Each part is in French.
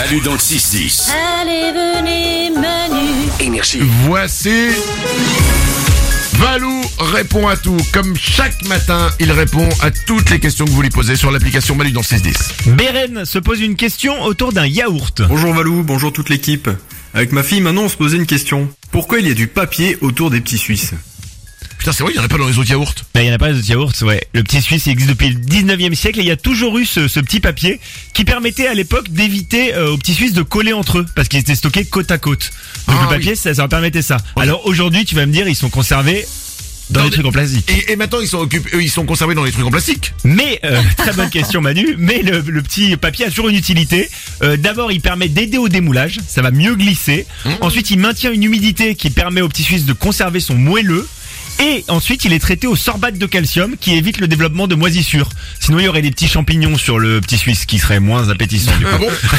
Manu dans le 6-10. Allez, venez, Manu. Énergie. Voici Valou répond à tout. Comme chaque matin, il répond à toutes les questions que vous lui posez sur l'application Manu dans le 6-10. Beren se pose une question autour d'un yaourt. Bonjour Valou, bonjour toute l'équipe. Avec ma fille, maintenant on se posait une question. Pourquoi il y a du papier autour des petits Suisses ? Putain, c'est vrai, il n'y en a pas dans les autres yaourts. Bah, il n'y en a pas d'autres yaourts, ouais. Le petit Suisse, il existe depuis le 19e siècle et il y a toujours eu ce petit papier qui permettait à l'époque d'éviter aux petits Suisses de coller entre eux parce qu'ils étaient stockés côte à côte. Donc le papier, ça leur permettait ça. Ouais. Alors aujourd'hui, tu vas me dire, ils sont conservés dans les trucs en plastique. Et maintenant, ils sont conservés dans les trucs en plastique. Mais, très bonne question Manu, mais le petit papier a toujours une utilité. D'abord, il permet d'aider au démoulage, ça va mieux glisser. Ensuite, il maintient une humidité qui permet au petit Suisse de conserver son moelleux. Et ensuite, il est traité au sorbate de calcium qui évite le développement de moisissures. Sinon, il y aurait des petits champignons sur le petit Suisse qui seraient moins appétissants du coup. Ah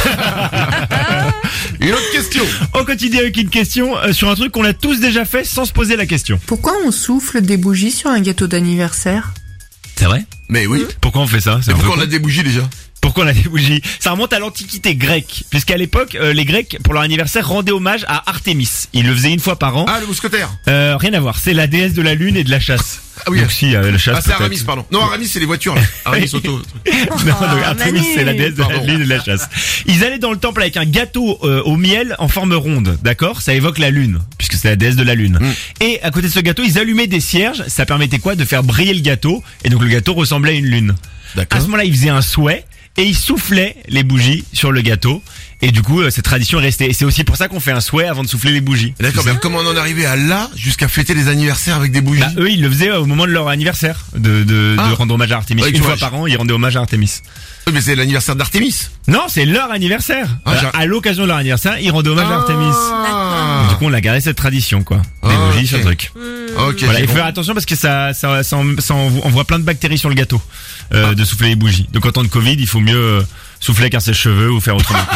bon? Une autre question. On continue avec une question sur un truc qu'on a tous déjà fait sans se poser la question. Pourquoi on souffle des bougies sur un gâteau d'anniversaire ? C'est vrai ? Mais oui. Pourquoi on fait ça ? C'est Et un peu pourquoi on con. a des bougies déjà? Pourquoi on a des bougies ? Ça remonte à l'Antiquité grecque, puisqu'à l'époque, les Grecs, pour leur anniversaire, rendaient hommage à Artémis. Ils le faisaient une fois par an. Ah, le mousquetaire. Rien à voir, c'est la déesse de la lune et de la chasse. Ah oui. Donc si, la chasse. Ah, c'est peut-être. Aramis, pardon. Non, Aramis, c'est les voitures, là. Aramis Auto. Non, donc Artémis, Manu. c'est la déesse de la Pardon. lune et de la chasse. Ils allaient dans le temple avec un gâteau au miel en forme ronde, d'accord ? Ça évoque la lune, puisque c'est la déesse de la lune. Et à côté de ce gâteau, ils allumaient des cierges, ça permettait quoi ? De faire briller le gâteau, et donc le gâteau ressemblait à une lune. D'accord. À ce moment-là, ils faisaient un souhait, et ils soufflaient les bougies sur le gâteau, et du coup, cette tradition est restée. Et c'est aussi pour ça qu'on fait un souhait avant de souffler les bougies. D'accord, mais comment on en est arrivé à là, jusqu'à fêter les anniversaires avec des bougies? Bah, eux, ils le faisaient au moment de leur anniversaire, de rendre hommage à Artémis. Ouais, Une tu fois vois, par an, ils rendaient hommage à Artémis. Oui, mais c'est l'anniversaire d'Artémis. Non, c'est leur anniversaire. Ah, À l'occasion de leur anniversaire, ils rendaient hommage à Artémis. Ah. Du coup, on a gardé cette tradition, quoi. Des Ah, bougies ok. sur le truc. Ok, Voilà, c'est il faut bon. faire attention parce que ça envoie plein de bactéries sur le gâteau, de souffler les bougies. Donc en temps de Covid, il faut mieux souffler avec un sèche-cheveux ou faire autrement.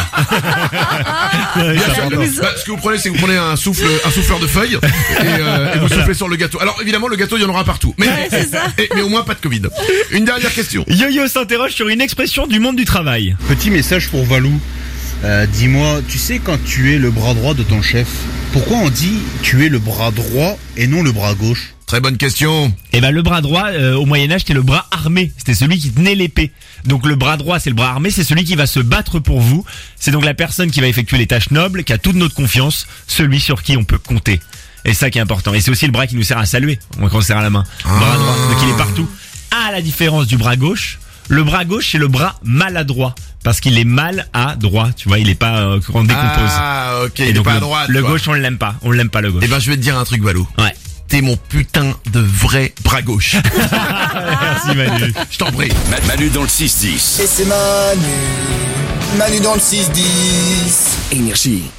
Bien sûr. Bah, ce que vous prenez, c'est que vous prenez un souffleur de feuilles et vous soufflez sur le gâteau. Alors évidemment, le gâteau, il y en aura partout. Mais, mais au moins pas de Covid. Une dernière question. Yo-Yo s'interroge sur une expression du monde du travail. Petit message pour Valou. Dis-moi, tu sais quand tu es le bras droit de ton chef, pourquoi on dit tu es le bras droit et non le bras gauche ? Très bonne question. Et ben le bras droit au Moyen-Âge c'était le bras armé, c'était celui qui tenait l'épée. Donc le bras droit c'est le bras armé, c'est celui qui va se battre pour vous. C'est donc la personne qui va effectuer les tâches nobles, qui a toute notre confiance, celui sur qui on peut compter. Et ça qui est important. Et c'est aussi le bras qui nous sert à saluer, quand on serre à la main. Bras droit, donc il est partout. À la différence du bras gauche, le bras gauche c'est le bras maladroit. Parce qu'il est mal à droit, tu vois, il est pas on décompose. Ah, ok, Et il est donc pas le, à droite. le quoi. gauche on l'aime pas le gauche. Eh ben, je vais te dire un truc, Valou. Ouais. T'es mon putain de vrai bras gauche. Merci Manu. Je t'en prie. Manu dans le 6-10. Et c'est Manu dans le 6-10. Énergie.